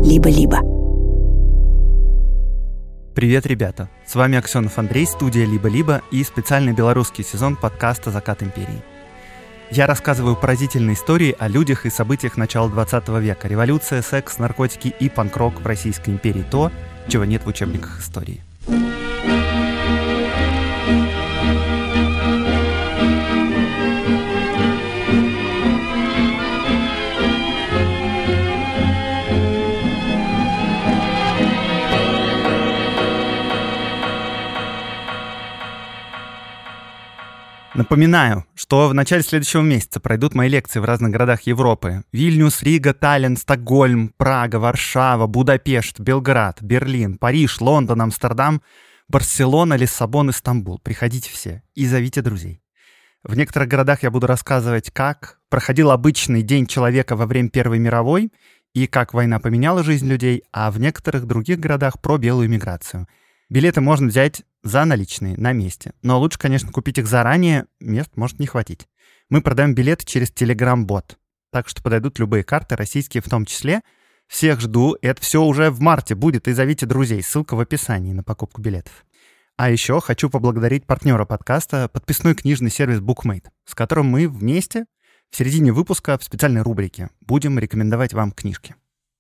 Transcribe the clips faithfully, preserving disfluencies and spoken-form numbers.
«Либо-либо». Привет, ребята! С вами Аксенов Андрей, студия «Либо-либо» и специальный белорусский сезон подкаста «Закат империи». Я рассказываю поразительные истории о людях и событиях начала двадцатого века. Революция, секс, наркотики и панк-рок в Российской империи. То, чего нет в учебниках истории. Напоминаю, что в начале следующего месяца пройдут мои лекции в разных городах Европы. Вильнюс, Рига, Таллин, Стокгольм, Прага, Варшава, Будапешт, Белград, Берлин, Париж, Лондон, Амстердам, Барселона, Лиссабон и Стамбул. Приходите все и зовите друзей. В некоторых городах я буду рассказывать, как проходил обычный день человека во время Первой мировой и как война поменяла жизнь людей, а в некоторых других городах про белую миграцию. Билеты можно взять за наличные, на месте. Но лучше, конечно, купить их заранее, мест может не хватить. Мы продаем билеты через Telegram-бот. Так что подойдут любые карты, российские в том числе. Всех жду. Это все уже в марте будет. И зовите друзей. Ссылка в описании на покупку билетов. А еще хочу поблагодарить партнера подкаста, подписной книжный сервис BookMate, с которым мы вместе в середине выпуска в специальной рубрике будем рекомендовать вам книжки.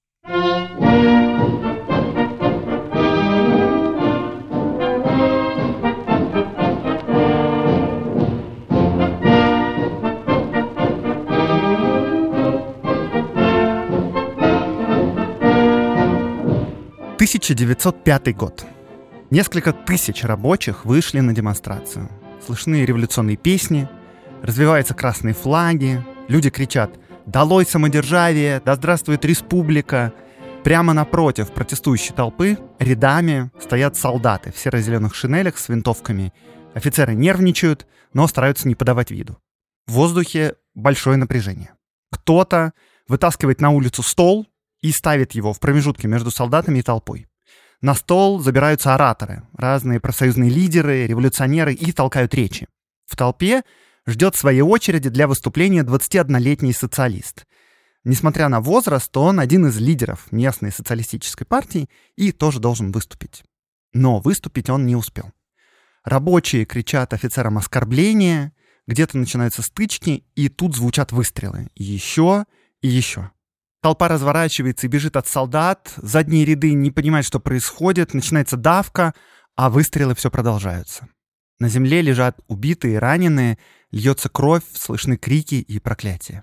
тысяча девятьсот пятый год. Несколько тысяч рабочих вышли на демонстрацию. Слышны революционные песни, развиваются красные флаги, люди кричат «Долой самодержавие! Да здравствует республика!». Прямо напротив протестующей толпы рядами стоят солдаты в серо-зеленых шинелях с винтовками. Офицеры нервничают, но стараются не подавать виду. В воздухе большое напряжение. Кто-то вытаскивает на улицу стол и ставит его в промежутке между солдатами и толпой. На стол забираются ораторы, разные профсоюзные лидеры, революционеры и толкают речи. В толпе ждет своей очереди для выступления двадцатиоднолетний социалист. Несмотря на возраст, он один из лидеров местной социалистической партии и тоже должен выступить. Но выступить он не успел. Рабочие кричат офицерам оскорбления, где-то начинаются стычки, и тут звучат выстрелы. И еще, и еще. Толпа разворачивается и бежит от солдат, задние ряды не понимают, что происходит, начинается давка, а выстрелы все продолжаются. На земле лежат убитые и раненые, льется кровь, слышны крики и проклятия.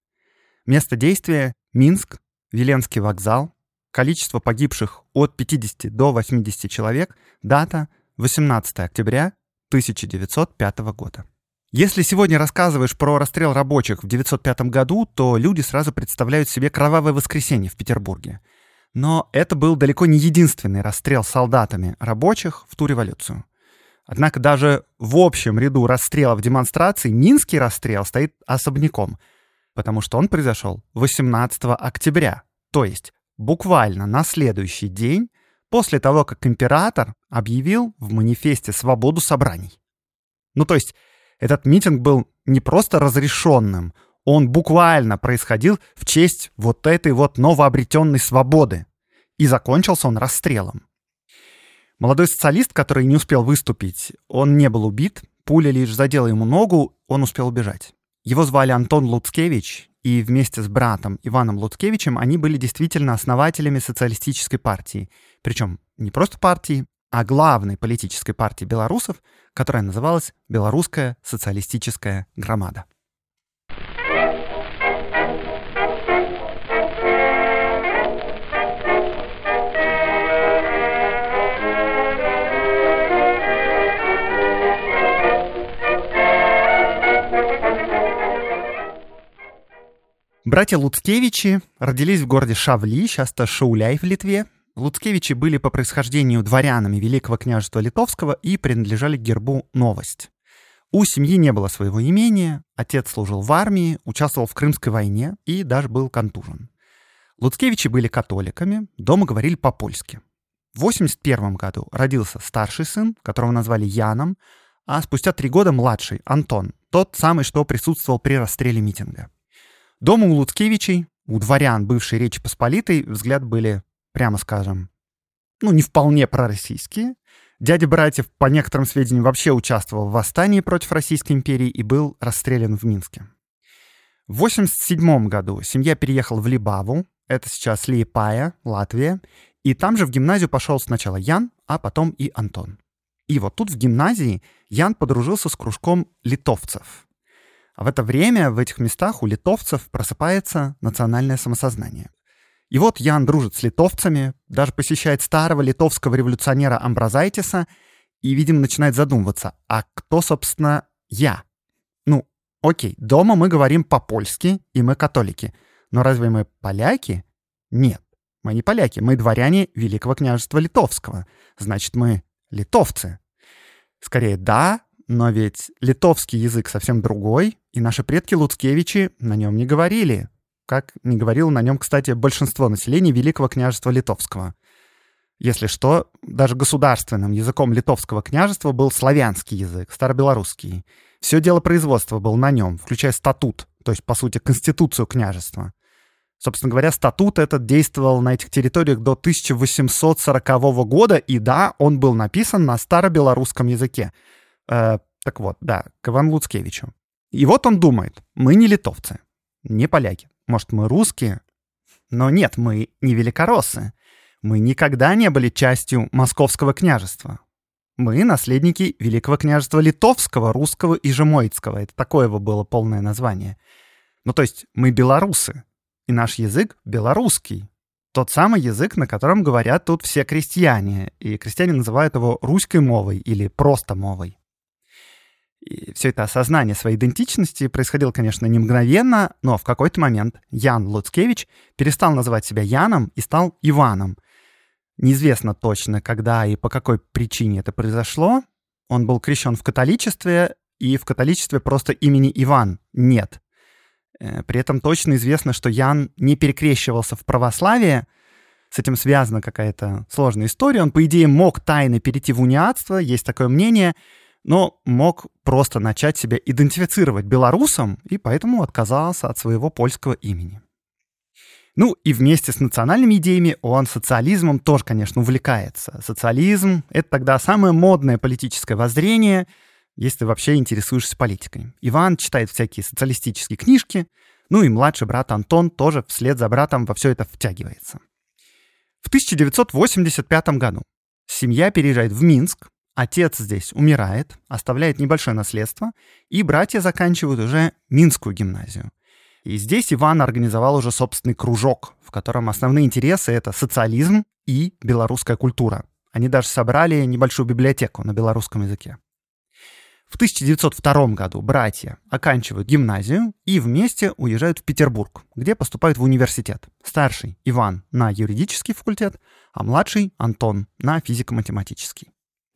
Место действия — Минск, Виленский вокзал, количество погибших от пятидесяти до восьмидесяти человек, дата — восемнадцатого октября тысяча девятьсот пятого года. Если сегодня рассказываешь про расстрел рабочих в девятьсот пятом году, то люди сразу представляют себе кровавое воскресенье в Петербурге. Но это был далеко не единственный расстрел солдатами рабочих в ту революцию. Однако даже в общем ряду расстрелов демонстраций Минский расстрел стоит особняком, потому что он произошел восемнадцатого октября, то есть буквально на следующий день после того, как император объявил в манифесте свободу собраний. Ну то есть этот митинг был не просто разрешенным, он буквально происходил в честь вот этой вот новообретенной свободы. И закончился он расстрелом. Молодой социалист, который не успел выступить, он не был убит, пуля лишь задела ему ногу, он успел убежать. Его звали Антон Луцкевич, и вместе с братом Иваном Луцкевичем они были действительно основателями социалистической партии. Причем не просто партии, а главной политической партии белорусов, которая называлась Белорусская социалистическая громада. Братья Луцкевичи родились в городе Шавли, сейчас-то Шауляй в Литве. Луцкевичи были по происхождению дворянами Великого княжества Литовского и принадлежали к гербу Новость. У семьи не было своего имения, отец служил в армии, участвовал в Крымской войне и даже был контужен. Луцкевичи были католиками, дома говорили по-польски. В восемьдесят первом году родился старший сын, которого назвали Яном, а спустя три года младший, Антон, тот самый, что присутствовал при расстреле митинга. Дома у Луцкевичей, у дворян бывшей Речи Посполитой, взгляд были прямо скажем, ну, не вполне пророссийские. Дядя братьев, по некоторым сведениям, вообще участвовал в восстании против Российской империи и был расстрелян в Минске. В восемьдесят седьмом году семья переехала в Либаву, это сейчас Лиепая, Латвия, и там же в гимназию пошел сначала Ян, а потом и Антон. И вот тут в гимназии Ян подружился с кружком литовцев. А в это время в этих местах у литовцев просыпается национальное самосознание. И вот Ян дружит с литовцами, даже посещает старого литовского революционера Амбразайтиса и, видимо, начинает задумываться, а кто, собственно, я? Ну, окей, дома мы говорим по-польски, и мы католики. Но разве мы поляки? Нет, мы не поляки, мы дворяне Великого княжества Литовского. Значит, мы литовцы. Скорее, да, но ведь литовский язык совсем другой, и наши предки Луцкевичи на нем не говорили. Как не говорило на нем, кстати, большинство населения Великого княжества Литовского. Если что, даже государственным языком Литовского княжества был славянский язык, старобелорусский. Все дело производства было на нем, включая статут, то есть, по сути, конституцию княжества. Собственно говоря, статут этот действовал на этих территориях до тысяча восемьсот сорокового года, и да, он был написан на старобелорусском языке. Э, так вот, да, к Ивану Луцкевичу. И вот он думает, мы не литовцы, не поляки. Может, мы русские? Но нет, мы не великороссы. Мы никогда не были частью Московского княжества. Мы наследники Великого княжества Литовского, Русского и Жемоицкого. Это такое его было полное название. Ну, то есть мы белорусы. И наш язык белорусский. Тот самый язык, на котором говорят тут все крестьяне. И крестьяне называют его русской мовой или просто мовой. И все это осознание своей идентичности происходило, конечно, не мгновенно, но в какой-то момент Ян Луцкевич перестал называть себя Яном и стал Иваном. Неизвестно точно, когда и по какой причине это произошло. Он был крещен в католичестве, и в католичестве просто имени Иван нет. При этом точно известно, что Ян не перекрещивался в православие. С этим связана какая-то сложная история. Он, по идее, мог тайно перейти в униатство, есть такое мнение, но мог просто начать себя идентифицировать белорусом и поэтому отказался от своего польского имени. Ну и вместе с национальными идеями он социализмом тоже, конечно, увлекается. Социализм — это тогда самое модное политическое воззрение, если ты вообще интересуешься политикой. Иван читает всякие социалистические книжки, ну и младший брат Антон тоже вслед за братом во все это втягивается. В тысяча девятьсот восемьдесят пятом году семья переезжает в Минск, отец здесь умирает, оставляет небольшое наследство, и братья заканчивают уже Минскую гимназию. И здесь Иван организовал уже собственный кружок, в котором основные интересы — это социализм и белорусская культура. Они даже собрали небольшую библиотеку на белорусском языке. В тысяча девятьсот втором году братья оканчивают гимназию и вместе уезжают в Петербург, где поступают в университет. Старший Иван на юридический факультет, а младший Антон на физико-математический.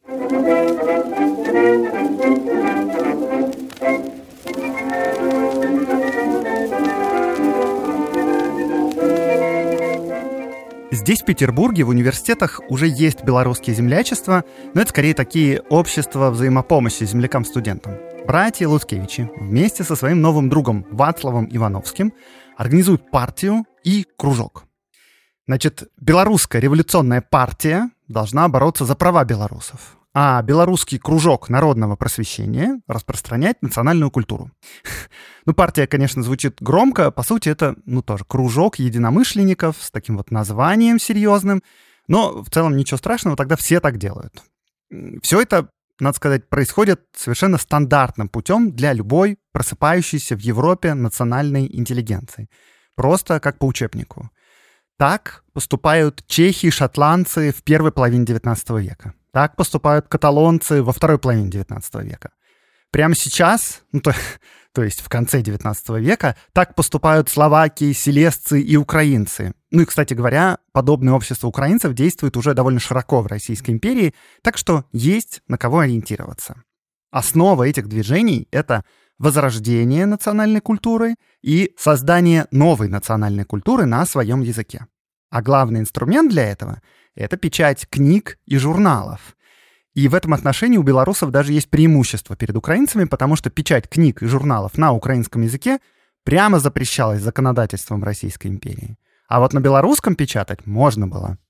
Здесь, в Петербурге, в университетах уже есть белорусские землячества, но это скорее такие общества взаимопомощи землякам-студентам. Братья Луцкевичи вместе со своим новым другом Вацлавом Ивановским организуют партию и кружок. Значит, белорусская революционная партия должна бороться за права белорусов, а белорусский кружок народного просвещения распространять национальную культуру. Ну, партия, конечно, звучит громко, по сути, это, ну, тоже кружок единомышленников с таким вот названием серьезным, но в целом ничего страшного, тогда все так делают. Все это, надо сказать, происходит совершенно стандартным путем для любой просыпающейся в Европе национальной интеллигенции. Просто как по учебнику. Так поступают чехи и шотландцы в первой половине девятнадцатого века. Так поступают каталонцы во второй половине девятнадцатого века. Прямо сейчас, ну, то, то есть в конце девятнадцатого века, так поступают словаки, силезцы и украинцы. Ну и, кстати говоря, подобное общество украинцев действует уже довольно широко в Российской империи, так что есть на кого ориентироваться. Основа этих движений — это возрождение национальной культуры и создание новой национальной культуры на своем языке. А главный инструмент для этого — это печать книг и журналов. И в этом отношении у белорусов даже есть преимущество перед украинцами, потому что печать книг и журналов на украинском языке прямо запрещалась законодательством Российской империи. А вот на белорусском печатать можно было.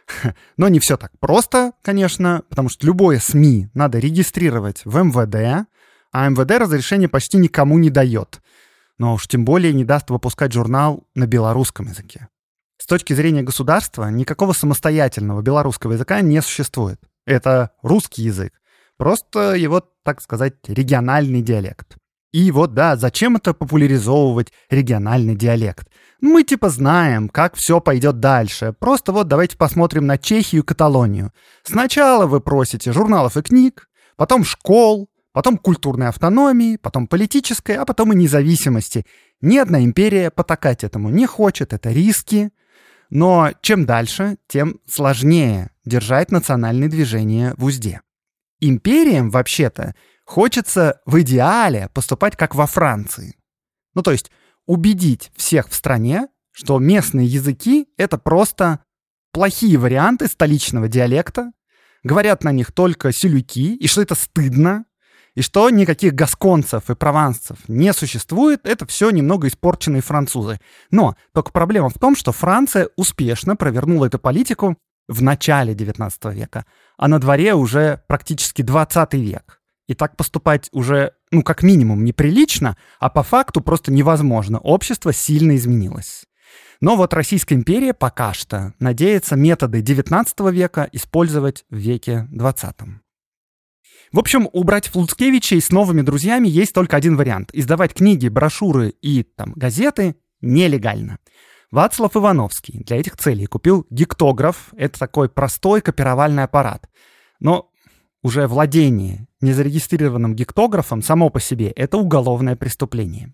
Но не все так просто, конечно, потому что любое СМИ надо регистрировать в эм вэ дэ, а эм вэ дэ разрешение почти никому не дает. Но уж тем более не даст выпускать журнал на белорусском языке. С точки зрения государства никакого самостоятельного белорусского языка не существует. Это русский язык. Просто его, так сказать, региональный диалект. И вот, да, зачем это популяризовывать региональный диалект? Мы типа знаем, как все пойдет дальше. Просто вот давайте посмотрим на Чехию и Каталонию. Сначала вы просите журналов и книг, потом школ, потом культурной автономии, потом политической, а потом и независимости. Ни одна империя потакать этому не хочет, это риски. Но чем дальше, тем сложнее держать национальные движения в узде. Империям, вообще-то, хочется в идеале поступать как во Франции. Ну, то есть убедить всех в стране, что местные языки — это просто плохие варианты столичного диалекта, говорят на них только селюки, и что это стыдно, и что никаких гасконцев и провансцев не существует, это все немного испорченные французы. Но только проблема в том, что Франция успешно провернула эту политику в начале девятнадцатого века, а на дворе уже практически двадцатый век. И так поступать уже, ну, как минимум, неприлично, а по факту просто невозможно. Общество сильно изменилось. Но вот Российская империя пока что надеется методы девятнадцатого века использовать в веке двадцатом. В общем, у братьев Луцкевичей с новыми друзьями есть только один вариант. Издавать книги, брошюры и там, газеты нелегально. Вацлав Ивановский для этих целей купил гектограф. Это такой простой копировальный аппарат. Но уже владение незарегистрированным гектографом само по себе — это уголовное преступление.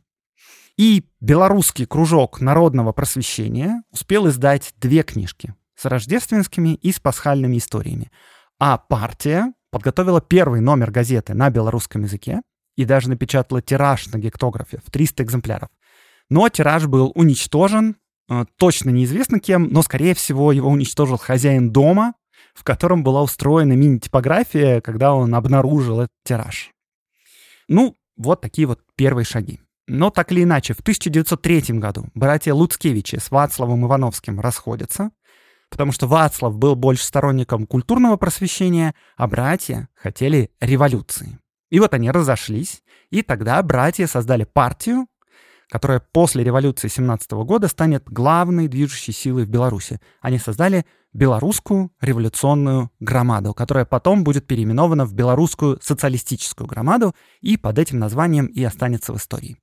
И белорусский кружок народного просвещения успел издать две книжки с рождественскими и с пасхальными историями. А партия подготовила первый номер газеты на белорусском языке и даже напечатала тираж на гектографе в триста экземпляров. Но тираж был уничтожен, точно неизвестно кем, но, скорее всего, его уничтожил хозяин дома, в котором была устроена мини-типография, когда он обнаружил этот тираж. Ну, вот такие вот первые шаги. Но так или иначе, в тысяча девятьсот третьем году братья Луцкевичи с Вацлавом Ивановским расходятся, потому что Вацлав был больше сторонником культурного просвещения, а братья хотели революции. И вот они разошлись, и тогда братья создали партию, которая после революции семнадцатого года станет главной движущей силой в Беларуси. Они создали Белорусскую революционную громаду, которая потом будет переименована в Белорусскую социалистическую громаду и под этим названием и останется в истории.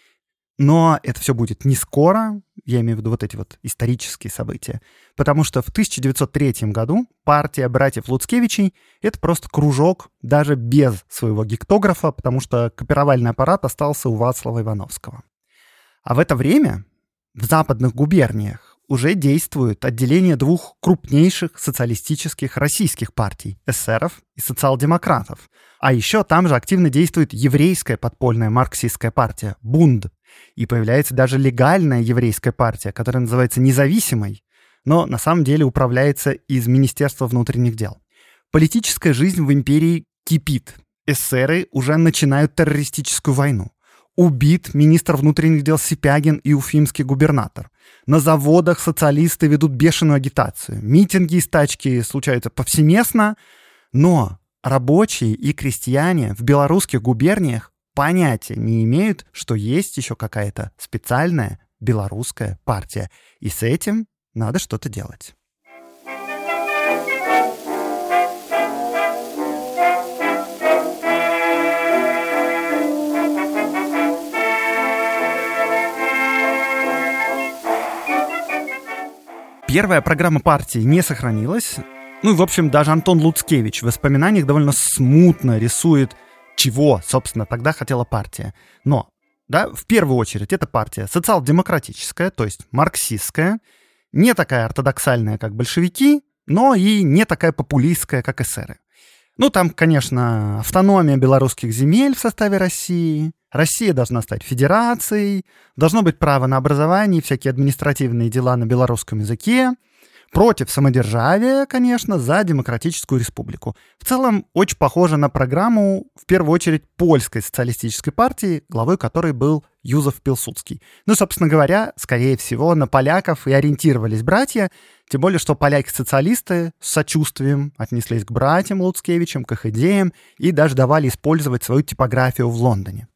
Но это все будет не скоро, я имею в виду вот эти вот исторические события, потому что в тысяча девятьсот третьем году партия братьев Луцкевичей — это просто кружок даже без своего гектографа, потому что копировальный аппарат остался у Вацлава Ивановского. А в это время в западных губерниях уже действует отделение двух крупнейших социалистических российских партий — эсеров и социал-демократов. А еще там же активно действует еврейская подпольная марксистская партия — Бунд. И появляется даже легальная еврейская партия, которая называется «Независимой», но на самом деле управляется из Министерства внутренних дел. Политическая жизнь в империи кипит. Эсеры уже начинают террористическую войну. Убит министр внутренних дел Сипягин и уфимский губернатор. На заводах социалисты ведут бешеную агитацию. Митинги и стачки случаются повсеместно, но рабочие и крестьяне в белорусских губерниях понятия не имеют, что есть еще какая-то специальная белорусская партия. И с этим надо что-то делать. Первая программа партии не сохранилась. Ну и, в общем, даже Антон Луцкевич в воспоминаниях довольно смутно рисует, чего, собственно, тогда хотела партия. Но, да, в первую очередь, эта партия социал-демократическая, то есть марксистская, не такая ортодоксальная, как большевики, но и не такая популистская, как эсеры. Ну, там, конечно, автономия белорусских земель в составе России. Россия должна стать федерацией, должно быть право на образование и всякие административные дела на белорусском языке. Против самодержавия, конечно, за демократическую республику. В целом, очень похоже на программу, в первую очередь, польской социалистической партии, главой которой был Юзеф Пилсудский. Ну, собственно говоря, скорее всего, на поляков и ориентировались братья, тем более, что поляки-социалисты с сочувствием отнеслись к братьям Луцкевичам, к их идеям и даже давали использовать свою типографию в Лондоне.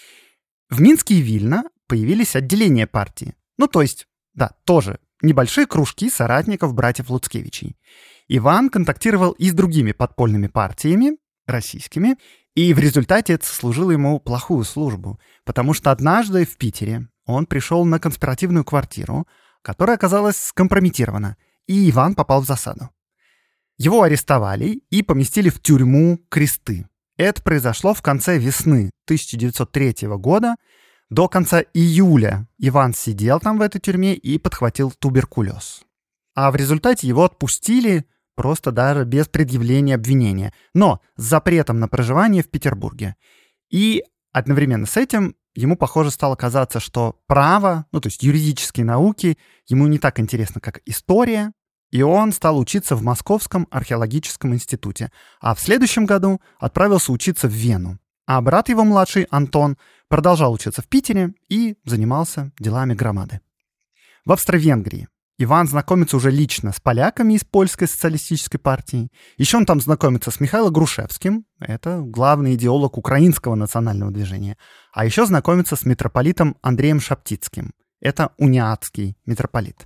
В Минске и Вильно появились отделения партии. Ну, то есть, да, тоже небольшие кружки соратников братьев Луцкевичей. Иван контактировал и с другими подпольными партиями, российскими, и в результате это сослужило ему плохую службу, потому что однажды в Питере он пришел на конспиративную квартиру, которая оказалась скомпрометирована, и Иван попал в засаду. Его арестовали и поместили в тюрьму Кресты. Это произошло в конце весны тысяча девятьсот третьего года. До конца июля Иван сидел там в этой тюрьме и подхватил туберкулез. А в результате его отпустили просто даже без предъявления обвинения, но с запретом на проживание в Петербурге. И одновременно с этим ему, похоже, стало казаться, что право, ну то есть юридические науки, ему не так интересно, как история, и он стал учиться в Московском археологическом институте, а в следующем году отправился учиться в Вену. А брат его младший, Антон, продолжал учиться в Питере и занимался делами громады. В Австро-Венгрии Иван знакомится уже лично с поляками из Польской социалистической партии. Еще он там знакомится с Михаилом Грушевским, это главный идеолог украинского национального движения. А еще знакомится с митрополитом Андреем Шаптицким, это униатский митрополит.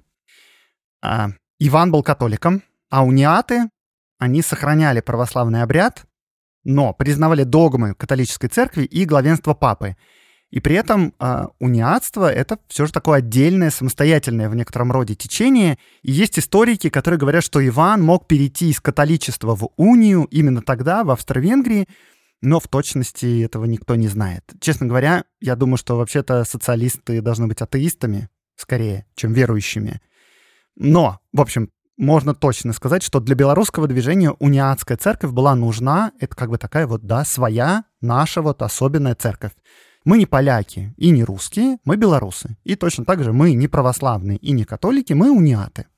А Иван был католиком, а униаты, они сохраняли православный обряд, но признавали догмы католической церкви и главенство папы. И при этом э, униатство — это все же такое отдельное, самостоятельное в некотором роде течение. И есть историки, которые говорят, что Иван мог перейти из католичества в унию именно тогда, в Австро-Венгрии, но в точности этого никто не знает. Честно говоря, я думаю, что вообще-то социалисты должны быть атеистами, скорее, чем верующими. Но, в общем, можно точно сказать, что для белорусского движения униатская церковь была нужна. Это как бы такая вот, да, своя, наша вот особенная церковь. Мы не поляки и не русские, мы белорусы. И точно так же мы не православные и не католики, мы униаты.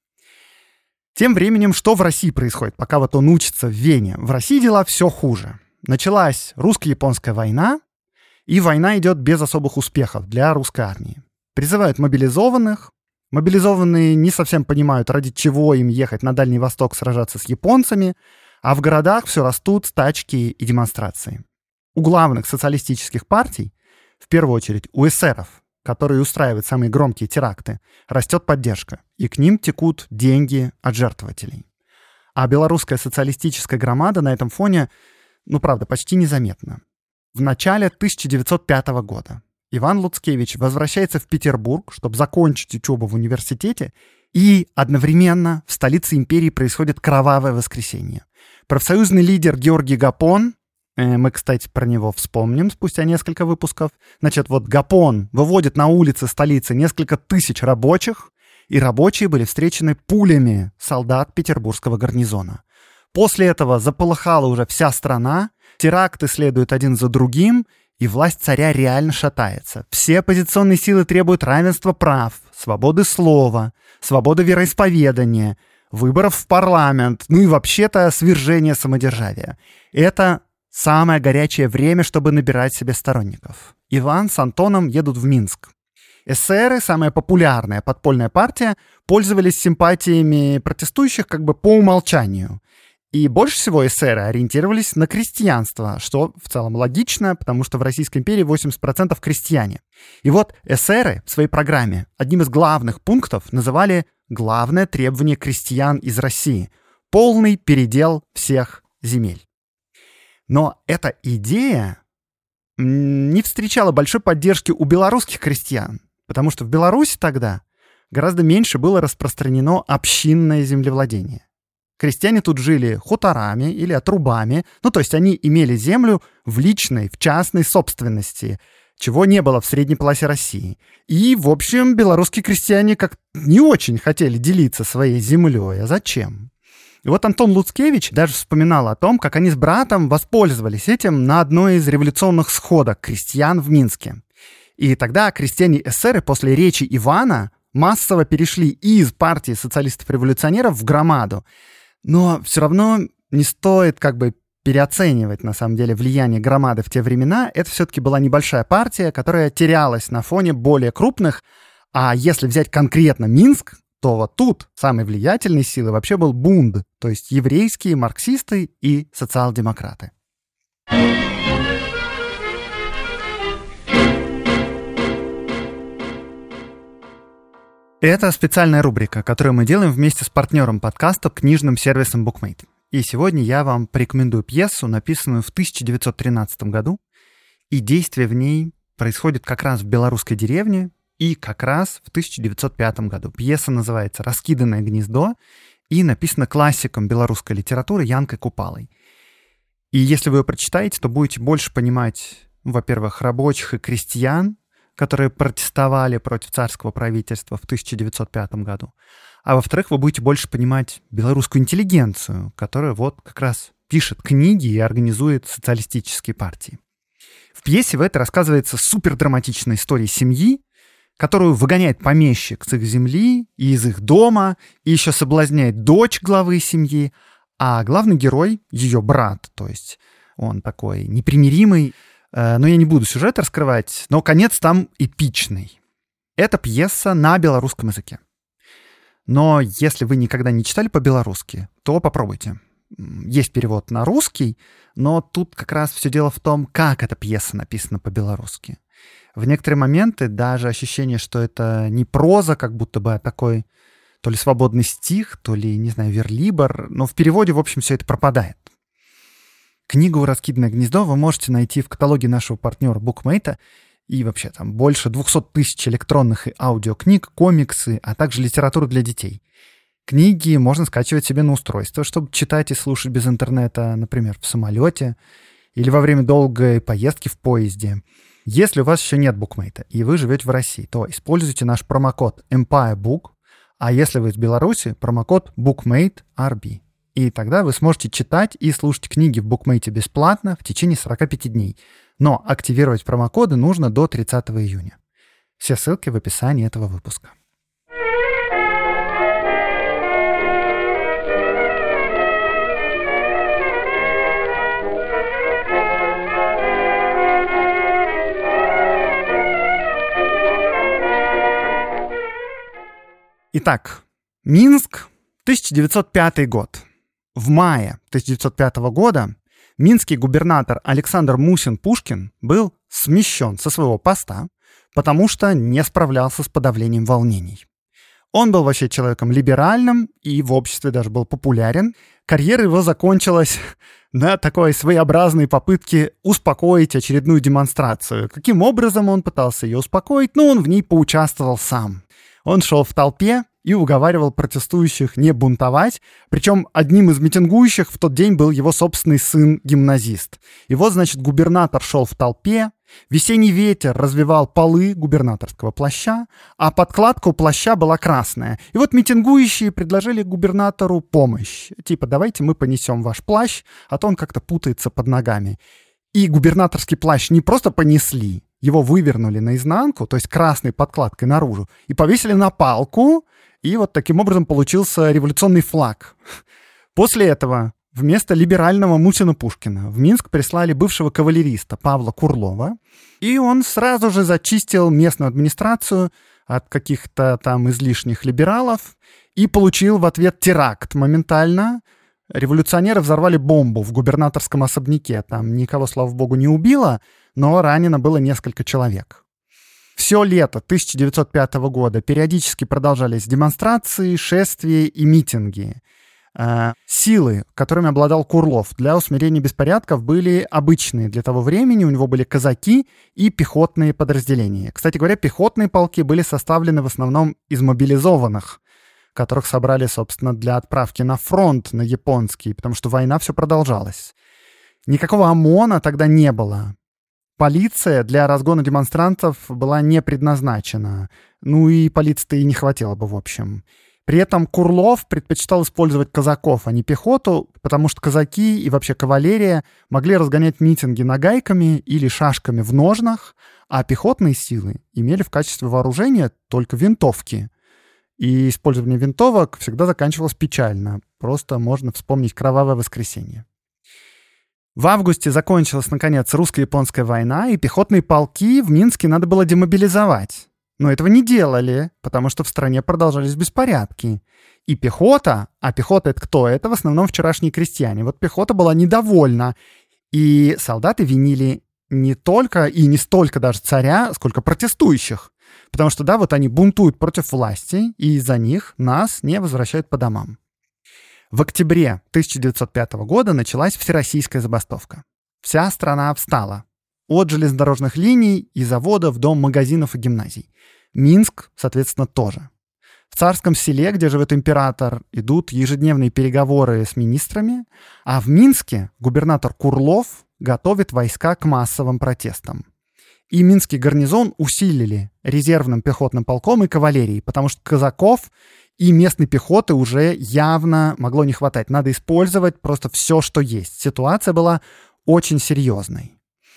Тем временем, что в России происходит, пока вот он учится в Вене? В России дела все хуже. Началась русско-японская война, и война идет без особых успехов для русской армии. Призывают мобилизованных. Мобилизованные не совсем понимают, ради чего им ехать на Дальний Восток сражаться с японцами, а в городах все растут стачки и демонстрации. У главных социалистических партий, в первую очередь у эсеров, которые устраивают самые громкие теракты, растет поддержка, и к ним текут деньги от жертвователей. А белорусская социалистическая громада на этом фоне, ну правда, почти незаметна. В начале тысяча девятьсот пятого года Иван Луцкевич возвращается в Петербург, чтобы закончить учебу в университете, и одновременно в столице империи происходит кровавое воскресенье. Профсоюзный лидер Георгий Гапон, э, мы, кстати, про него вспомним спустя несколько выпусков, значит, вот Гапон выводит на улицы столицы несколько тысяч рабочих, и рабочие были встречены пулями солдат петербургского гарнизона. После этого заполыхала уже вся страна, теракты следуют один за другим, и власть царя реально шатается. Все оппозиционные силы требуют равенства прав, свободы слова, свободы вероисповедания, выборов в парламент, ну и вообще-то свержения самодержавия. Это самое горячее время, чтобы набирать себе сторонников. Иван с Антоном едут в Минск. Эсеры, самая популярная подпольная партия, пользовались симпатиями протестующих как бы по умолчанию. И больше всего эсеры ориентировались на крестьянство, что в целом логично, потому что в Российской империи восемьдесят процентов крестьяне. И вот эсеры в своей программе одним из главных пунктов называли главное требование крестьян из России – полный передел всех земель. Но эта идея не встречала большой поддержки у белорусских крестьян, потому что в Беларуси тогда гораздо меньше было распространено общинное землевладение. Крестьяне тут жили хуторами или отрубами, ну то есть они имели землю в личной, в частной собственности, чего не было в средней полосе России. И, в общем, белорусские крестьяне как не очень хотели делиться своей землей. А зачем? И вот Антон Луцкевич даже вспоминал о том, как они с братом воспользовались этим на одной из революционных сходок крестьян в Минске. И тогда крестьяне-эсеры после речи Ивана массово перешли из партии социалистов-революционеров в Громаду. Но все равно не стоит как бы переоценивать, на самом деле, влияние Громады в те времена. Это все-таки была небольшая партия, которая терялась на фоне более крупных. А если взять конкретно Минск, то вот тут самой влиятельной силой вообще был Бунд, то есть еврейские марксисты и социал-демократы. Это специальная рубрика, которую мы делаем вместе с партнером подкаста, книжным сервисом BookMate. И сегодня я вам порекомендую пьесу, написанную в тысяча девятьсот тринадцатом году, и действие в ней происходит как раз в белорусской деревне и как раз в тысяча девятьсот пятом году. Пьеса называется «Раскиданное гнездо» и написана классиком белорусской литературы Янкой Купалой. И если вы ее прочитаете, то будете больше понимать, во-первых, рабочих и крестьян, которые протестовали против царского правительства в тысяча девятьсот пятом году. А во-вторых, вы будете больше понимать белорусскую интеллигенцию, которая вот как раз пишет книги и организует социалистические партии. В пьесе в этой рассказывается супердраматичная история семьи, которую выгоняет помещик с их земли и из их дома, и еще соблазняет дочь главы семьи, а главный герой — ее брат, то есть он такой непримиримый. Но я не буду сюжет раскрывать, но конец там эпичный. Это пьеса на белорусском языке. Но если вы никогда не читали по-белорусски, то попробуйте. Есть перевод на русский, но тут как раз все дело в том, как эта пьеса написана по-белорусски. В некоторые моменты даже ощущение, что это не проза, как будто бы, а такой то ли свободный стих, то ли, не знаю, верлибр, но в переводе, в общем, все это пропадает. Книгу «Раскиданное гнездо» вы можете найти в каталоге нашего партнера BookMate, и вообще там больше двухсот тысяч электронных и аудиокниг, комиксы, а также литературу для детей. Книги можно скачивать себе на устройство, чтобы читать и слушать без интернета, например, в самолете или во время долгой поездки в поезде. Если у вас еще нет BookMate и вы живете в России, то используйте наш промокод EmpireBook, а если вы из Беларуси, промокод BookMateRB. И тогда вы сможете читать и слушать книги в BookMate бесплатно в течение сорока пяти дней. Но активировать промокоды нужно до тридцатого июня. Все ссылки в описании этого выпуска. Итак, Минск, тысяча девятьсот пятый год. В мае тысяча девятьсот пятого года минский губернатор Александр Мусин-Пушкин был смещен со своего поста, потому что не справлялся с подавлением волнений. Он был вообще человеком либеральным и в обществе даже был популярен. Карьера его закончилась на такой своеобразной попытке успокоить очередную демонстрацию. Каким образом он пытался ее успокоить? Ну, он в ней поучаствовал сам. Он шел в толпе и уговаривал протестующих не бунтовать. Причем одним из митингующих в тот день был его собственный сын-гимназист. И вот, значит, губернатор шел в толпе, весенний ветер развевал полы губернаторского плаща, а подкладка у плаща была красная. И вот митингующие предложили губернатору помощь. Типа, давайте мы понесем ваш плащ, а то он как-то путается под ногами. И губернаторский плащ не просто понесли, его вывернули наизнанку, то есть красной подкладкой наружу, и повесили на палку, и вот таким образом получился революционный флаг. После этого вместо либерального Мусина-Пушкина в Минск прислали бывшего кавалериста Павла Курлова, и он сразу же зачистил местную администрацию от каких-то там излишних либералов и получил в ответ теракт моментально. Революционеры взорвали бомбу в губернаторском особняке. Там никого, слава богу, не убило, но ранено было несколько человек. Все лето тысяча девятьсот пятого года периодически продолжались демонстрации, шествия и митинги. Э, силы, которыми обладал Курлов для усмирения беспорядков, были обычные для того времени. У него были казаки и пехотные подразделения. Кстати говоря, пехотные полки были составлены в основном из мобилизованных, которых собрали, собственно, для отправки на фронт, на японский, потому что война все продолжалась. Никакого ОМОНа тогда не было. Полиция для разгона демонстрантов была не предназначена. Ну и полиции-то и не хватило бы, в общем. При этом Курлов предпочитал использовать казаков, а не пехоту, потому что казаки и вообще кавалерия могли разгонять митинги нагайками или шашками в ножнах, а пехотные силы имели в качестве вооружения только винтовки. и использование винтовок всегда заканчивалось печально. Просто можно вспомнить кровавое воскресенье. В августе закончилась, наконец, русско-японская война, и пехотные полки в Минске надо было демобилизовать. Но этого не делали, потому что в стране продолжались беспорядки. И пехота, а пехота — это кто? Это в основном вчерашние крестьяне. Вот пехота была недовольна, и солдаты винили не только и не столько даже царя, сколько протестующих. Потому что, да, вот они бунтуют против власти, и из-за них нас не возвращают по домам. В октябре тысяча девятьсот пятого года началась всероссийская забастовка. Вся страна встала. От железнодорожных линий и заводов до магазинов и гимназий. Минск, соответственно, тоже. В Царском Селе, где живет император, идут ежедневные переговоры с министрами, а в Минске губернатор Курлов готовит войска к массовым протестам. И Минский гарнизон усилили резервным пехотным полком и кавалерией, потому что казаков и местной пехоты уже явно могло не хватать. Надо использовать просто все, что есть. Ситуация была очень серьезной.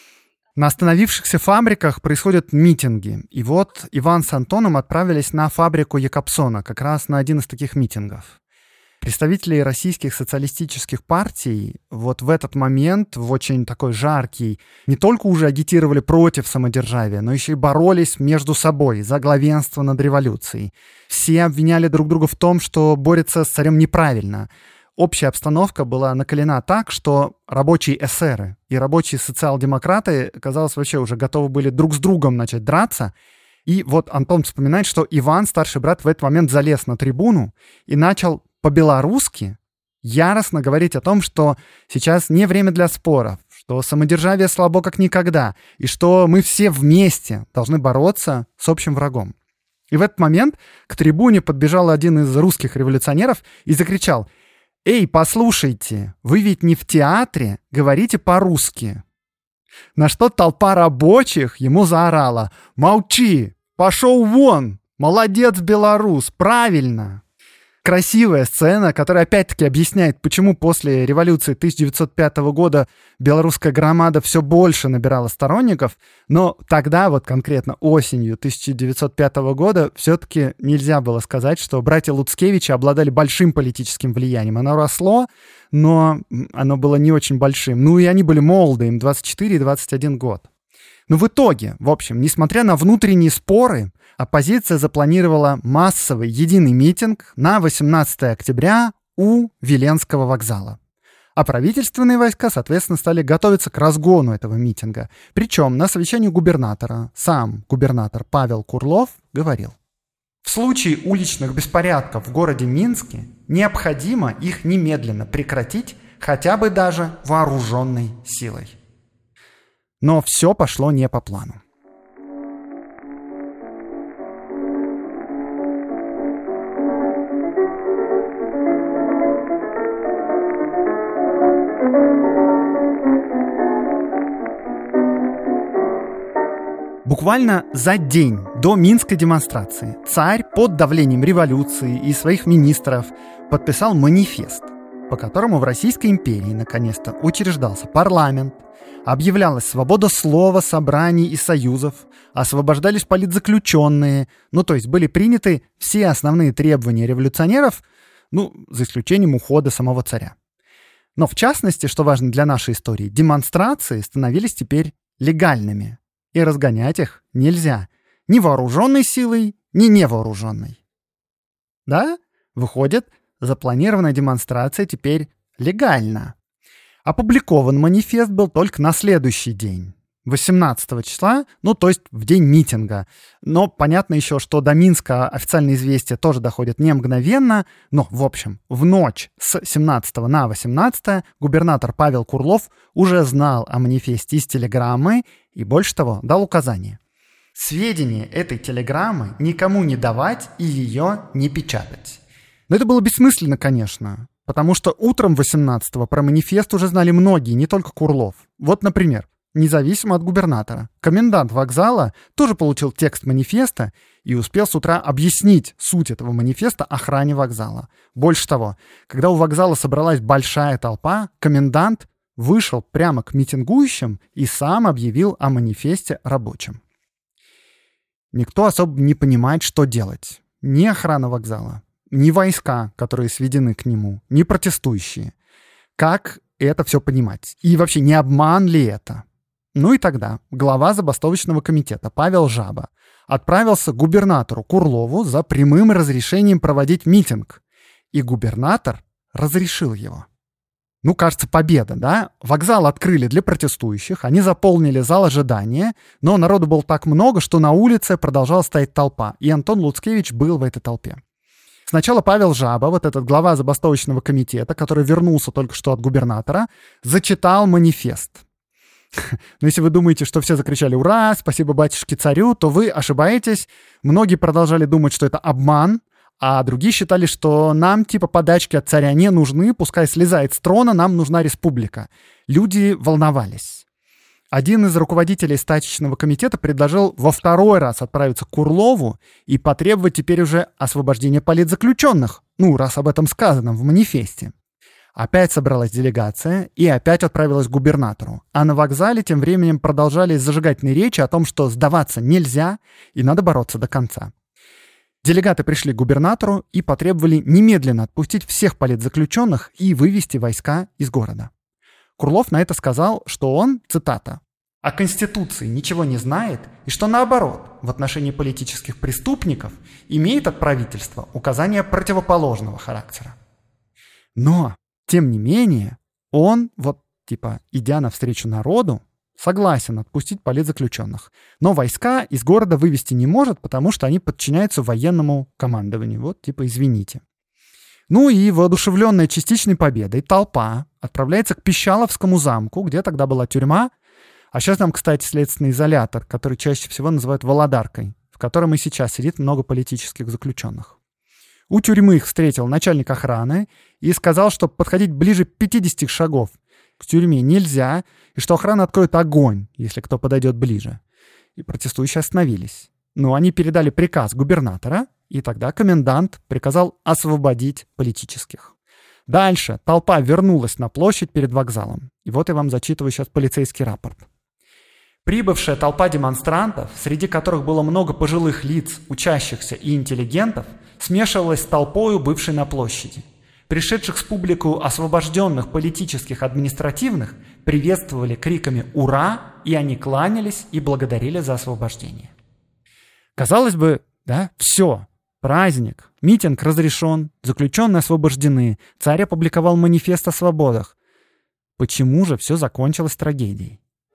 На остановившихся фабриках происходят митинги. И вот Иван с Антоном отправились на фабрику Якобсона, как раз на один из таких митингов. Представители российских социалистических партий вот в этот момент, в очень такой жаркий, не только уже агитировали против самодержавия, но еще и боролись между собой за главенство над революцией. Все обвиняли друг друга в том, что борются с царем неправильно. Общая обстановка была накалена так, что рабочие эсеры и рабочие социал-демократы, казалось, вообще уже готовы были друг с другом начать драться. И вот Антон вспоминает, что Иван, старший брат, в этот момент залез на трибуну и начал по-белорусски яростно говорить о том, что сейчас не время для споров, что самодержавие слабо как никогда, и что мы все вместе должны бороться с общим врагом. И в этот момент к трибуне подбежал один из русских революционеров и закричал: «Эй, послушайте, вы ведь не в театре, говорите по-русски». На что толпа рабочих ему заорала: «Молчи! Пошел вон! Молодец, белорус! Правильно!» Красивая сцена, которая опять-таки объясняет, почему после революции тысяча девятьсот пятого года белорусская громада все больше набирала сторонников, но тогда, вот конкретно осенью тысяча девятьсот пятого года, все-таки нельзя было сказать, что братья Луцкевичи обладали большим политическим влиянием. Оно росло, но оно было не очень большим. Ну и они были молоды, им двадцать четыре и двадцать один год. Но в итоге, в общем, несмотря на внутренние споры, оппозиция запланировала массовый единый митинг на восемнадцатого октября у Виленского вокзала. А правительственные войска, соответственно, стали готовиться к разгону этого митинга. Причем на совещании губернатора сам губернатор Павел Курлов говорил: в случае уличных беспорядков в городе Минске необходимо их немедленно прекратить хотя бы даже вооруженной силой. Но все пошло не по плану. Буквально за день до Минской демонстрации царь под давлением революции и своих министров подписал манифест, по которому в Российской империи наконец-то учреждался парламент, объявлялась свобода слова, собраний и союзов, освобождались политзаключенные, ну то есть были приняты все основные требования революционеров, ну за исключением ухода самого царя. Но в частности, что важно для нашей истории, демонстрации становились теперь легальными, и разгонять их нельзя ни вооруженной силой, ни невооруженной. Да, выходит, запланированная демонстрация теперь легальна. Опубликован манифест был только на следующий день, восемнадцатого числа, ну то есть в день митинга. Но понятно еще, что до Минска официальные известия тоже доходят не мгновенно, но в общем в ночь с семнадцатого на восемнадцатое губернатор Павел Курлов уже знал о манифесте из телеграммы и, больше того, дал указание: сведения этой телеграммы никому не давать и ее не печатать. Но это было бессмысленно, конечно. Потому что утром восемнадцатого про манифест уже знали многие, не только Курлов. Вот, например, независимо от губернатора, комендант вокзала тоже получил текст манифеста и успел с утра объяснить суть этого манифеста охране вокзала. Больше того, когда у вокзала собралась большая толпа, комендант вышел прямо к митингующим и сам объявил о манифесте рабочим. Никто особо не понимает, что делать. ни охрана вокзала, ни войска, которые сведены к нему, ни протестующие. Как это все понимать? И вообще, не обман ли это? Ну и тогда глава забастовочного комитета Павел Жаба отправился к губернатору Курлову за прямым разрешением проводить митинг. И губернатор разрешил его. Ну, кажется, победа, да? Вокзал открыли для протестующих, они заполнили зал ожидания, но народу было так много, что на улице продолжала стоять толпа, и Антон Луцкевич был в этой толпе. Сначала Павел Жаба, вот этот глава забастовочного комитета, который вернулся только что от губернатора, зачитал манифест. Но если вы думаете, что все закричали «Ура! Спасибо батюшке царю!», то вы ошибаетесь. Многие продолжали думать, что это обман, а другие считали, что нам типа подачки от царя не нужны, пускай слезает с трона, нам нужна республика. Люди волновались. Один из руководителей стачечного комитета предложил во второй раз отправиться к Курлову и потребовать теперь уже освобождения политзаключенных, ну, раз об этом сказано в манифесте. Опять собралась делегация и опять отправилась к губернатору. А на вокзале тем временем продолжались зажигательные речи о том, что сдаваться нельзя и надо бороться до конца. Делегаты пришли к губернатору и потребовали немедленно отпустить всех политзаключенных и вывести войска из города. Курлов на это сказал, что он, цитата, «о Конституции ничего не знает и что, наоборот, в отношении политических преступников имеет от правительства указания противоположного характера». Но, тем не менее, он, вот типа, идя навстречу народу, согласен отпустить политзаключенных. Но войска из города вывести не может, потому что они подчиняются военному командованию. Вот, типа, извините. Ну и воодушевленная частичной победой толпа отправляется к Пищаловскому замку, где тогда была тюрьма, а сейчас там, кстати, следственный изолятор, который чаще всего называют Володаркой, в котором и сейчас сидит много политических заключенных. У тюрьмы их встретил начальник охраны и сказал, что подходить ближе пятидесяти шагов к тюрьме нельзя, и что охрана откроет огонь, если кто подойдет ближе. И протестующие остановились. Но они передали приказ губернатора, и тогда комендант приказал освободить политических. Дальше толпа вернулась на площадь перед вокзалом. И вот я вам зачитываю сейчас полицейский рапорт. Прибывшая толпа демонстрантов, среди которых было много пожилых лиц, учащихся и интеллигентов, смешивалась с толпою, бывшей на площади. Пришедших с публику освобожденных политических административных приветствовали криками «Ура!», и они кланялись и благодарили за освобождение. Казалось бы, да, все, праздник, митинг разрешен, заключенные освобождены, царь опубликовал манифест о свободах. Почему же все закончилось трагедией?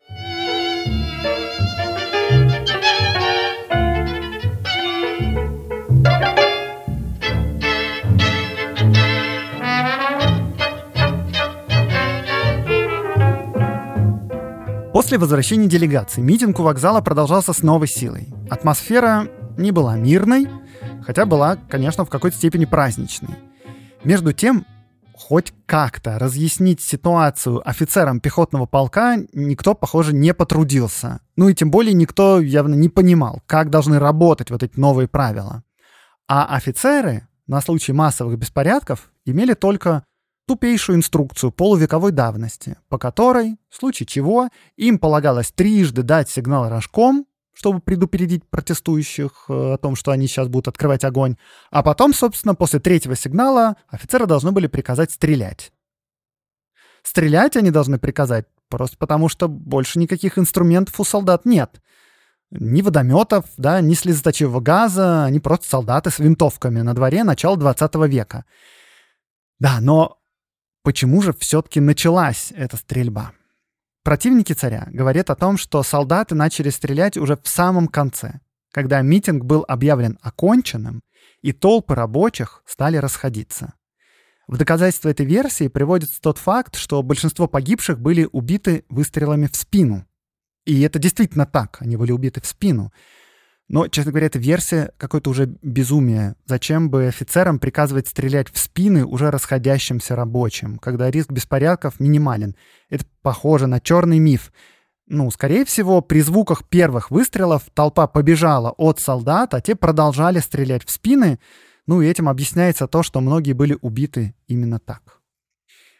После возвращения делегации митинг у вокзала продолжался с новой силой. Атмосфера не была мирной, хотя была, конечно, в какой-то степени праздничной. Между тем, хоть как-то разъяснить ситуацию офицерам пехотного полка никто, похоже, не потрудился. Ну и тем более никто явно не понимал, как должны работать вот эти новые правила. А офицеры на случай массовых беспорядков имели только тупейшую инструкцию полувековой давности, по которой, в случае чего, им полагалось трижды дать сигнал рожком, чтобы предупредить протестующих о том, что они сейчас будут открывать огонь, а потом, собственно, после третьего сигнала офицеры должны были приказать стрелять. Стрелять они должны приказать просто потому, что больше никаких инструментов у солдат нет. Ни водометов, да, ни слезоточивого газа, они просто солдаты с винтовками на дворе начала двадцатого века. Да, но почему же все-таки началась эта стрельба? Противники царя говорят о том, что солдаты начали стрелять уже в самом конце, когда митинг был объявлен оконченным, и толпы рабочих стали расходиться. В доказательство этой версии приводится тот факт, что большинство погибших были убиты выстрелами в спину. И это действительно так, они были убиты в спину. Но, честно говоря, эта версия какое-то уже безумие. Зачем бы офицерам приказывать стрелять в спины уже расходящимся рабочим, когда риск беспорядков минимален? Это похоже на черный миф. Ну, скорее всего, при звуках первых выстрелов толпа побежала от солдат, а те продолжали стрелять в спины. Ну и этим объясняется то, что многие были убиты именно так.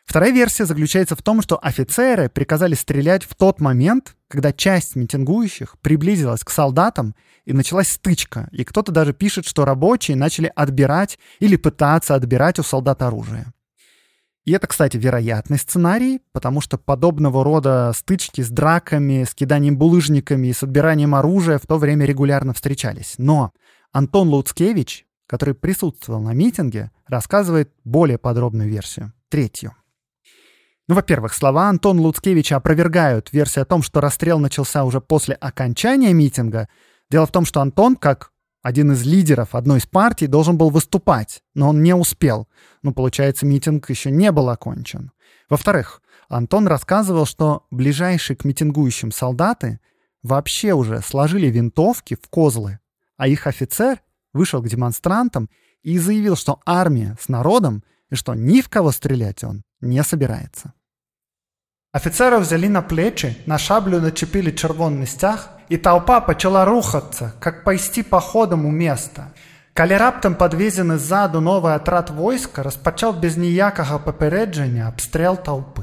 Вторая версия заключается в том, что офицеры приказали стрелять в тот момент, когда часть митингующих приблизилась к солдатам и началась стычка, и кто-то даже пишет, что рабочие начали отбирать или пытаться отбирать у солдат оружие. И это, кстати, вероятный сценарий, потому что подобного рода стычки с драками, с киданием булыжниками и с отбиранием оружия в то время регулярно встречались. Но Антон Луцкевич, который присутствовал на митинге, рассказывает более подробную версию, третью. Ну, во-первых, слова Антона Луцкевича опровергают версию о том, что расстрел начался уже после окончания митинга. Дело в том, что Антон, как один из лидеров одной из партий, должен был выступать, но он не успел. Ну, получается, митинг еще не был окончен. Во-вторых, Антон рассказывал, что ближайшие к митингующим солдаты вообще уже сложили винтовки в козлы, а их офицер вышел к демонстрантам и заявил, что армия с народом и что ни в кого стрелять он не собирается. Офіцерів взяли на плечі, на шаблю начепили червоний стяг, і толпа почала рухатися, як пайсти походом у місто. Коли раптом підвезений ззаду новий отряд війська розпочав без ніякого попередження обстріл толпи.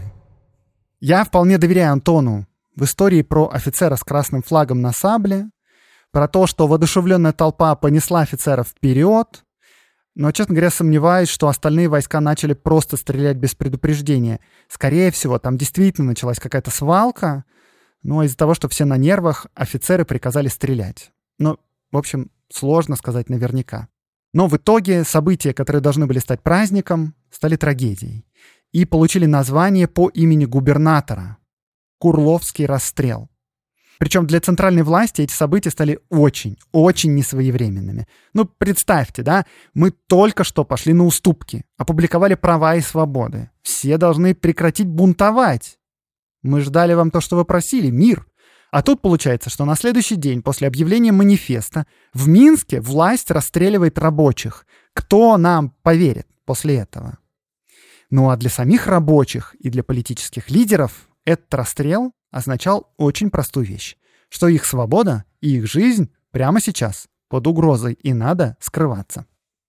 Я вполне доверяю Антону в истории про офицера с красным флагом на сабле, про то, что воодушевленная толпа понесла офицеров вперед, но, честно говоря, сомневаюсь, что остальные войска начали просто стрелять без предупреждения. Скорее всего, там действительно началась какая-то свалка, но из-за того, что все на нервах, офицеры приказали стрелять. Ну, в общем, сложно сказать наверняка. Но в итоге события, которые должны были стать праздником, стали трагедией и получили название по имени губернатора — Курловский расстрел. Причем для центральной власти эти события стали очень, очень несвоевременными. Ну, представьте, да, мы только что пошли на уступки, опубликовали права и свободы. Все должны прекратить бунтовать. Мы ждали вам то, что вы просили, мир. А тут получается, что на следующий день после объявления манифеста в Минске власть расстреливает рабочих. Кто нам поверит после этого? Ну а для самих рабочих и для политических лидеров этот расстрел означал очень простую вещь, что их свобода и их жизнь прямо сейчас под угрозой, и надо скрываться.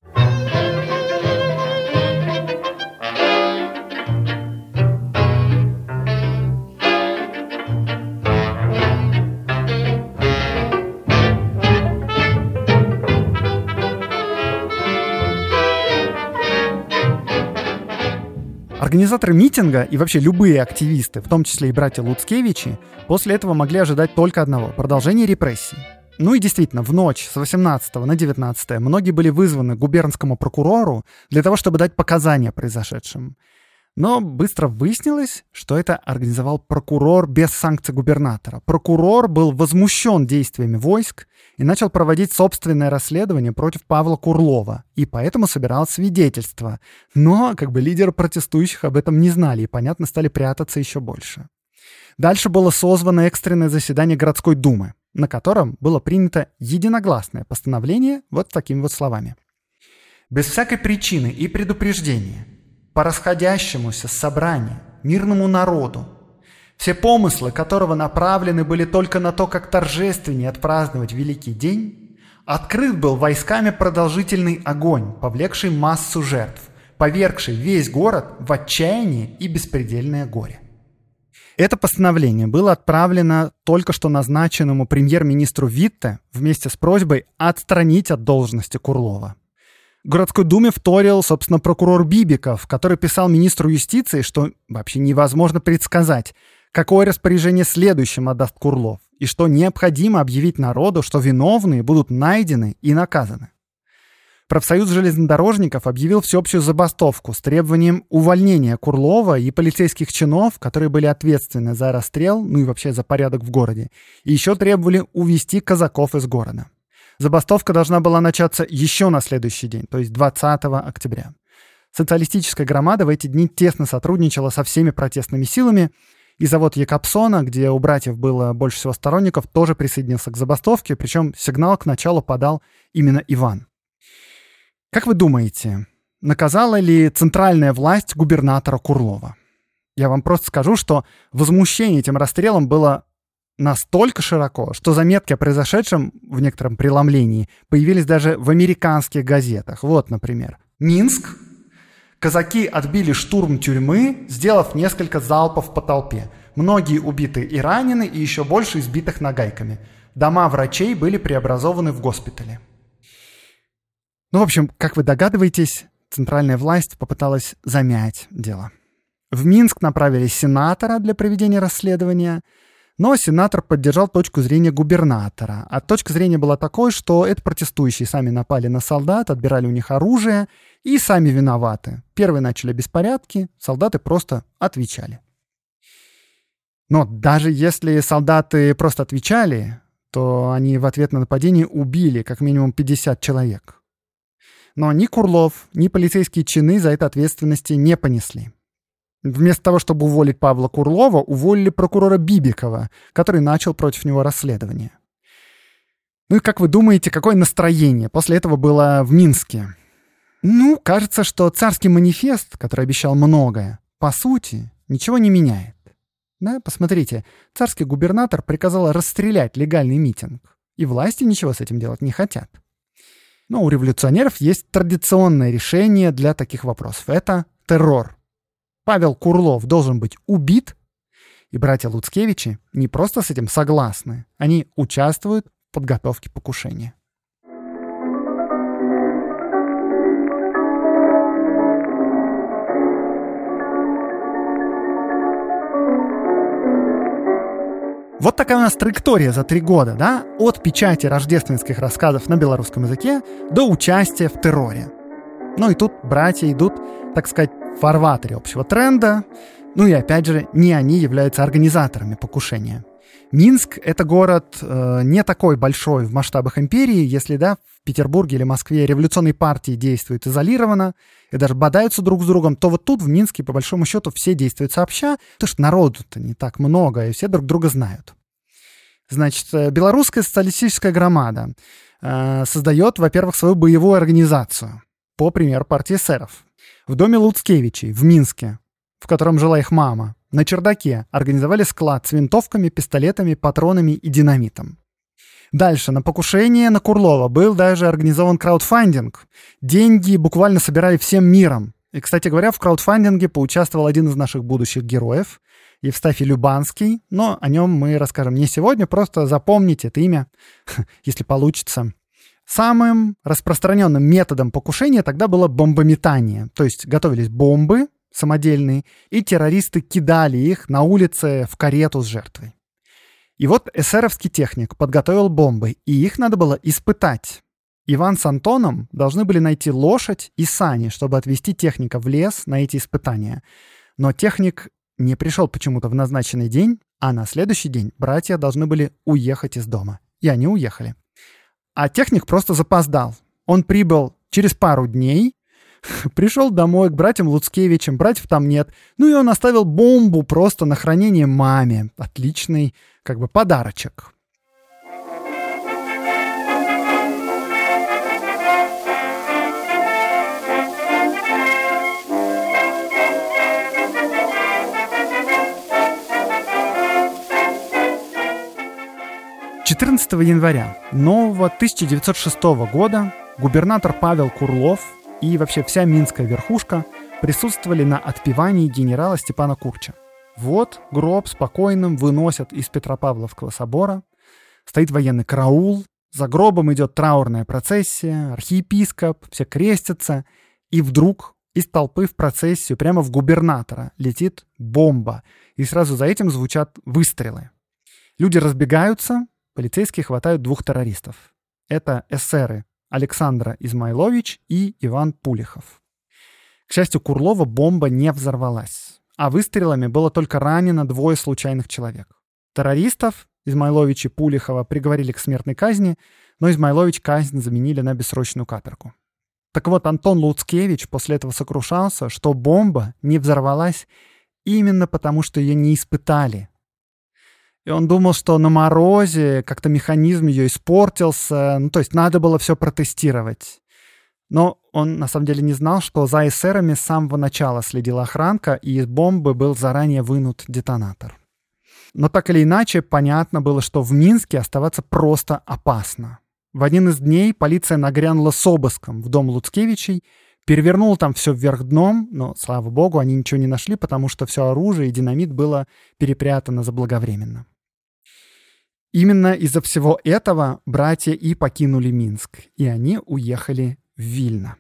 Организаторы митинга и вообще любые активисты, в том числе и братья Луцкевичи, после этого могли ожидать только одного — продолжения репрессий. Ну и действительно, в ночь с восемнадцатого на девятнадцатое многие были вызваны к губернскому прокурору для того, чтобы дать показания о произошедшем. Но быстро выяснилось, что это организовал прокурор без санкций губернатора. Прокурор был возмущен действиями войск и начал проводить собственное расследование против Павла Курлова, и поэтому собирал свидетельства. Но как бы лидеры протестующих об этом не знали и, понятно, стали прятаться еще больше. Дальше было созвано экстренное заседание городской думы, на котором было принято единогласное постановление вот такими вот словами. Без всякой причины и предупреждения, по расходящемуся собранию, мирному народу, все помыслы которого направлены были только на то, как торжественнее отпраздновать Великий день, открыт был войсками продолжительный огонь, повлекший массу жертв, повергший весь город в отчаяние и беспредельное горе. Это постановление было отправлено только что назначенному премьер-министру Витте вместе с просьбой отстранить от должности Курлова. В городской думе вторил, собственно, прокурор Бибиков, который писал министру юстиции, что вообще невозможно предсказать, какое распоряжение следующим отдаст Курлов, и что необходимо объявить народу, что виновные будут найдены и наказаны. Профсоюз железнодорожников объявил всеобщую забастовку с требованием увольнения Курлова и полицейских чинов, которые были ответственны за расстрел, ну и вообще за порядок в городе, и еще требовали увезти казаков из города. Забастовка должна была начаться еще на следующий день, то есть двадцатого октября. Социалистическая громада в эти дни тесно сотрудничала со всеми протестными силами, и завод Якобсона, где у братьев было больше всего сторонников, тоже присоединился к забастовке, причем сигнал к началу подал именно Иван. Как вы думаете, наказала ли центральная власть губернатора Курлова? Я вам просто скажу, что возмущение этим расстрелом было настолько широко, что заметки о произошедшем в некотором преломлении появились даже в американских газетах. Вот, например. Минск. Казаки отбили штурм тюрьмы, сделав несколько залпов по толпе. Многие убиты и ранены, и еще больше избитых нагайками. Дома врачей были преобразованы в госпитали. Ну, в общем, как вы догадываетесь, центральная власть попыталась замять дело. В Минск направили сенатора для проведения расследования, но сенатор поддержал точку зрения губернатора. А точка зрения была такой, что это протестующие сами напали на солдат, отбирали у них оружие и сами виноваты. Первые начали беспорядки, солдаты просто отвечали. Но даже если солдаты просто отвечали, то они в ответ на нападение убили как минимум пятьдесят человек. Но ни Курлов, ни полицейские чины за это ответственности не понесли. Вместо того, чтобы уволить Павла Курлова, уволили прокурора Бибикова, который начал против него расследование. Ну и как вы думаете, какое настроение после этого было в Минске? Ну, кажется, что царский манифест, который обещал многое, по сути, ничего не меняет. Да, посмотрите, царский губернатор приказал расстрелять легальный митинг, и власти ничего с этим делать не хотят. Но у революционеров есть традиционное решение для таких вопросов. Это террор. Павел Курлов должен быть убит, и братья Луцкевичи не просто с этим согласны, они участвуют в подготовке покушения. Вот такая у нас траектория за три года, да? От печати рождественских рассказов на белорусском языке до участия в терроре. Ну и тут братья идут, так сказать, в фарватере общего тренда. Ну и опять же, не они являются организаторами покушения. Минск — это город э, не такой большой в масштабах империи, если, да, в Петербурге или Москве революционные партии действуют изолированно и даже бодаются друг с другом, то вот тут, в Минске, по большому счету, все действуют сообща, потому что народу-то не так много, и все друг друга знают. Значит, белорусская социалистическая громада э, создает, во-первых, свою боевую организацию, по примеру партии эсеров. В доме Луцкевичей в Минске, в котором жила их мама, на чердаке организовали склад с винтовками, пистолетами, патронами и динамитом. Дальше, на покушение на Курлова был даже организован краудфандинг. Деньги буквально собирали всем миром. И, кстати говоря, в краудфандинге поучаствовал один из наших будущих героев, Евстафий Любанский, но о нем мы расскажем не сегодня, просто запомните это имя, если получится. Самым распространенным методом покушения тогда было бомбометание, то есть готовились бомбы самодельные, и террористы кидали их на улице в карету с жертвой. И вот эсеровский техник подготовил бомбы, и их надо было испытать. Иван с Антоном должны были найти лошадь и сани, чтобы отвезти техника в лес на эти испытания. Но техник не пришел почему-то в назначенный день, а на следующий день братья должны были уехать из дома. И они уехали. А техник просто запоздал. Он прибыл через пару дней, пришел домой к братьям Луцкевичам, братьев там нет. Ну и он оставил бомбу просто на хранение маме. Отличный, как бы, подарочек. четырнадцатого января нового тысяча девятьсот шестого года губернатор Павел Курлов и вообще вся минская верхушка присутствовали на отпевании генерала Степана Курча. Вот гроб спокойным выносят из Петропавловского собора. Стоит военный караул. За гробом идет траурная процессия, архиепископ, все крестятся. И вдруг из толпы в процессию прямо в губернатора летит бомба. И сразу за этим звучат выстрелы. Люди разбегаются, полицейские хватают двух террористов. Это эсеры Александра Измайлович и Иван Пулихов. К счастью, Курлова бомба не взорвалась, а выстрелами было только ранено двое случайных человек. Террористов, Измайлович и Пулихова, приговорили к смертной казни, но Измайлович казнь заменили на бессрочную каторгу. Так вот, Антон Луцкевич после этого сокрушался, что бомба не взорвалась именно потому, что ее не испытали. И он думал, что на морозе как-то механизм ее испортился, ну, то есть надо было все протестировать. Но он на самом деле не знал, что за эсерами с самого начала следила охранка, и из бомбы был заранее вынут детонатор. Но так или иначе, понятно было, что в Минске оставаться просто опасно. В один из дней полиция нагрянула с обыском в дом Луцкевичей, перевернул там все вверх дном, но, слава богу, они ничего не нашли, потому что все оружие и динамит было перепрятано заблаговременно. Именно из-за всего этого братья и покинули Минск, и они уехали в Вильно.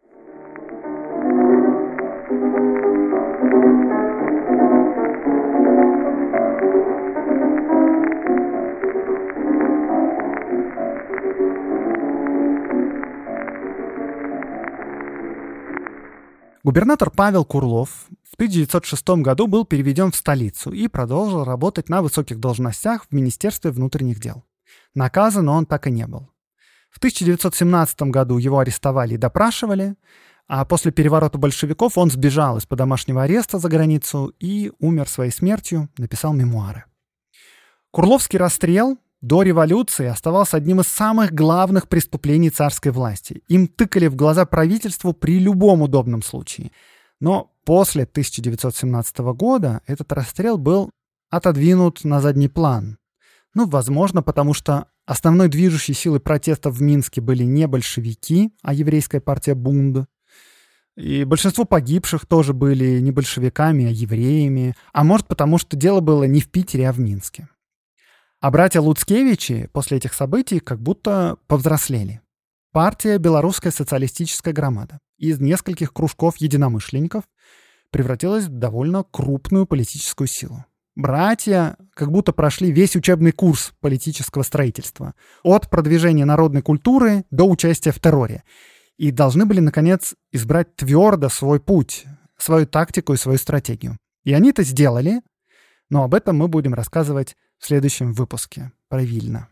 Губернатор Павел Курлов в тысяча девятьсот шестом году был переведен в столицу и продолжил работать на высоких должностях в Министерстве внутренних дел. Наказан он так и не был. В тысяча девятьсот семнадцатом году его арестовали и допрашивали, а после переворота большевиков он сбежал из-под домашнего ареста за границу и умер своей смертью, написал мемуары. Курловский расстрел до революции оставался одним из самых главных преступлений царской власти. Им тыкали в глаза правительству при любом удобном случае. Но после тысяча девятьсот семнадцатого года этот расстрел был отодвинут на задний план. Ну, возможно, потому что основной движущей силой протеста в Минске были не большевики, а еврейская партия Бунд. И большинство погибших тоже были не большевиками, а евреями. А может, потому что дело было не в Питере, а в Минске. А братья Луцкевичи после этих событий как будто повзрослели. Партия «Белорусская социалистическая громада» из нескольких кружков единомышленников превратилась в довольно крупную политическую силу. Братья как будто прошли весь учебный курс политического строительства. От продвижения народной культуры до участия в терроре. И должны были, наконец, избрать твердо свой путь, свою тактику и свою стратегию. И они это сделали, но об этом мы будем рассказывать в следующем выпуске про Вильно.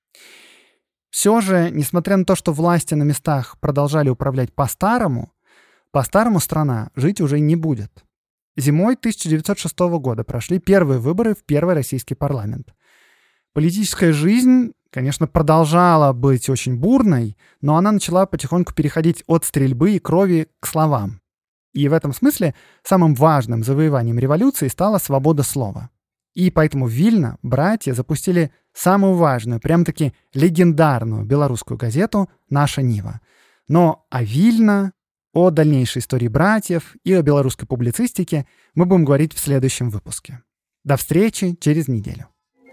Все же, несмотря на то, что власти на местах продолжали управлять по-старому, по-старому страна жить уже не будет. Зимой тысяча девятьсот шестого года прошли первые выборы в первый российский парламент. Политическая жизнь, конечно, продолжала быть очень бурной, но она начала потихоньку переходить от стрельбы и крови к словам. И в этом смысле самым важным завоеванием революции стала свобода слова. И поэтому в Вильно братья запустили самую важную, прям-таки легендарную белорусскую газету «Наша Нива». Но о Вильно, о дальнейшей истории братьев и о белорусской публицистике мы будем говорить в следующем выпуске. До встречи через неделю.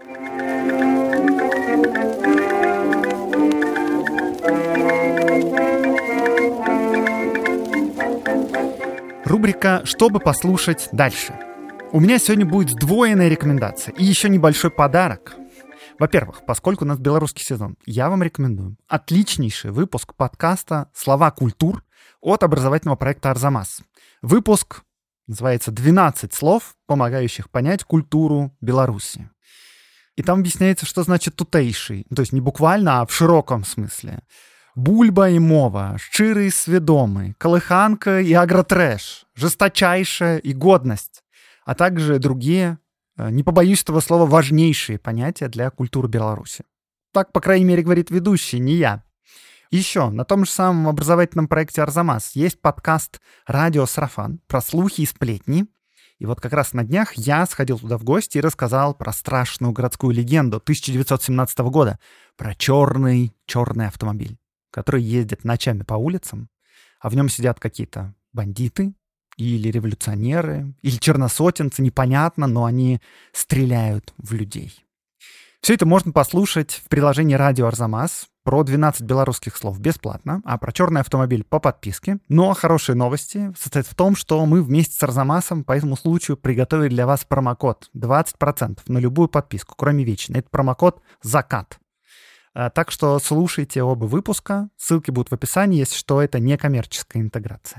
Рубрика «Чтобы послушать дальше». У меня сегодня будет сдвоенная рекомендация и еще небольшой подарок. Во-первых, поскольку у нас белорусский сезон, я вам рекомендую отличнейший выпуск подкаста «Слова культур» от образовательного проекта «Арзамас». Выпуск называется «двенадцать слов, помогающих понять культуру Беларуси». И там объясняется, что значит «тутейший», то есть не буквально, а в широком смысле. Бульба и мова, шчыры и сведомы, колыханка и агротрэш, жесточайшая и годность, а также другие, не побоюсь этого слова, важнейшие понятия для культуры Беларуси. Так, по крайней мере, говорит ведущий, не я. Еще на том же самом образовательном проекте «Арзамас» есть подкаст «Радио Сарафан» про слухи и сплетни. И вот как раз на днях я сходил туда в гости и рассказал про страшную городскую легенду тысяча девятьсот семнадцатого года, про черный, черный автомобиль, который ездит ночами по улицам, а в нем сидят какие-то бандиты, или революционеры, или черносотенцы, непонятно, но они стреляют в людей. Все это можно послушать в приложении «Радио Арзамас» про двенадцать белорусских слов бесплатно, а про черный автомобиль по подписке. Но хорошие новости состоят в том, что мы вместе с Арзамасом по этому случаю приготовили для вас промокод двадцать процентов на любую подписку, кроме вечной. Это промокод «Закат». Так что слушайте оба выпуска. Ссылки будут в описании, если что, это не коммерческая интеграция.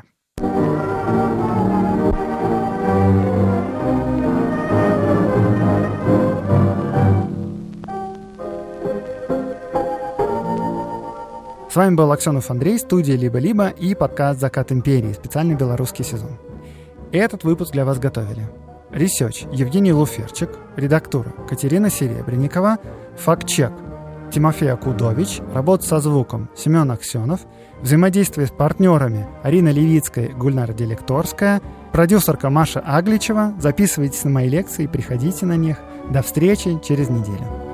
С вами был Аксенов Андрей, студия «Либо-либо» и подкаст «Закат империи», специальный белорусский сезон. Этот выпуск для вас готовили ресерч Евгений Луферчик, редактура Катерина Серебренникова, фактчек Тимофей Акудович, работа со звуком Семен Аксенов, взаимодействие с партнерами Арина Левицкая, Гульнара Делекторская, продюсерка Маша Агличева. Записывайтесь на мои лекции, приходите на них. До встречи через неделю.